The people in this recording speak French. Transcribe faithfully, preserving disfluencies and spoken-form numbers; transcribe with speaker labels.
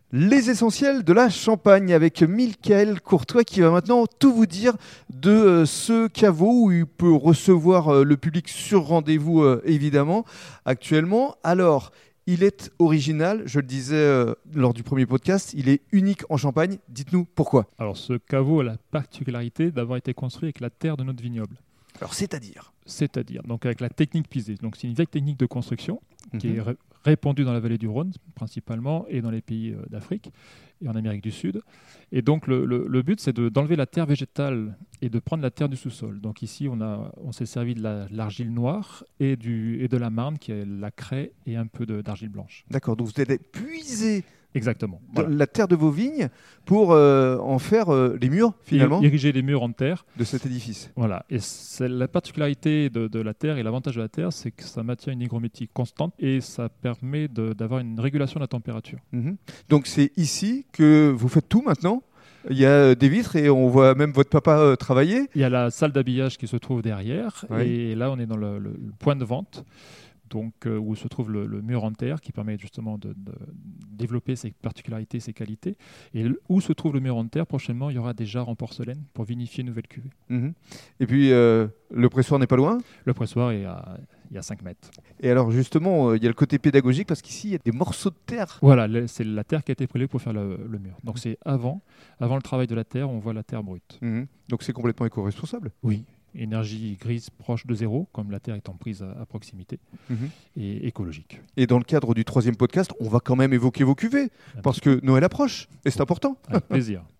Speaker 1: Les essentiels de la Champagne avec Mickaël Courtois qui va maintenant tout vous dire de euh, ce caveau où il peut recevoir euh, le public sur rendez-vous euh, évidemment actuellement. Alors, il est original, je le disais euh, lors du premier podcast, il est unique en Champagne. Dites-nous pourquoi.
Speaker 2: Alors ce caveau a la particularité d'avoir été construit avec la terre de notre vignoble.
Speaker 1: Alors, c'est-à-dire
Speaker 2: C'est-à-dire donc avec la technique pisée. Donc c'est une vieille technique de construction qui
Speaker 1: Mhm.
Speaker 2: est ré- répandue dans la vallée du Rhône principalement et dans les pays euh, d'Afrique et en Amérique du Sud. Et donc le, le- le but c'est de- d'enlever la terre végétale et de prendre la terre du sous-sol. Donc ici on, a, on s'est servi de la- de l'argile noire et, du, et de la marne qui est la craie et un peu de- d'argile blanche.
Speaker 1: D'accord, donc vous allez puiser
Speaker 2: Exactement.
Speaker 1: de
Speaker 2: Voilà.
Speaker 1: la terre de vos vignes pour euh, en faire euh, les murs finalement
Speaker 2: Ir- Ériger les murs en terre.
Speaker 1: de cet édifice.
Speaker 2: Voilà, et c'est la particularité de, de la terre et l'avantage de la terre, c'est que ça maintient une hygrométrie constante et ça permet de- d'avoir une régulation de la température.
Speaker 1: Mhm. Donc c'est ici que vous faites tout maintenant. Il y a euh, des vitres et on voit même votre papa euh, travailler.
Speaker 2: Il y a la salle d'habillage qui se trouve derrière,
Speaker 1: Oui.
Speaker 2: et là on est dans le, le- le point de vente, donc euh, où se trouve le, le mur en terre qui permet justement de, de développer ses particularités, ses qualités. Et le- où se trouve le mur en terre, prochainement il y aura des jarres en porcelaine pour vinifier une nouvelle cuvée.
Speaker 1: Mhm. Et puis euh, le pressoir n'est pas loin.
Speaker 2: Le pressoir est à, il y a cinq mètres.
Speaker 1: Et alors justement, euh, il y a le côté pédagogique parce qu'ici il y a des morceaux de terre.
Speaker 2: Voilà, le- c'est la terre qui a été prélevée pour faire le, le mur. Donc c'est avant, avant le travail de la terre, on voit la terre brute.
Speaker 1: Mhm. Donc c'est complètement éco-responsable.
Speaker 2: Oui. Énergie grise proche de zéro, comme la terre étant prise à, à proximité,
Speaker 1: Mhm.
Speaker 2: et écologique.
Speaker 1: Et dans le cadre du troisième podcast, on va quand même évoquer vos cuvées parce que Noël approche et c'est important.
Speaker 2: Avec plaisir.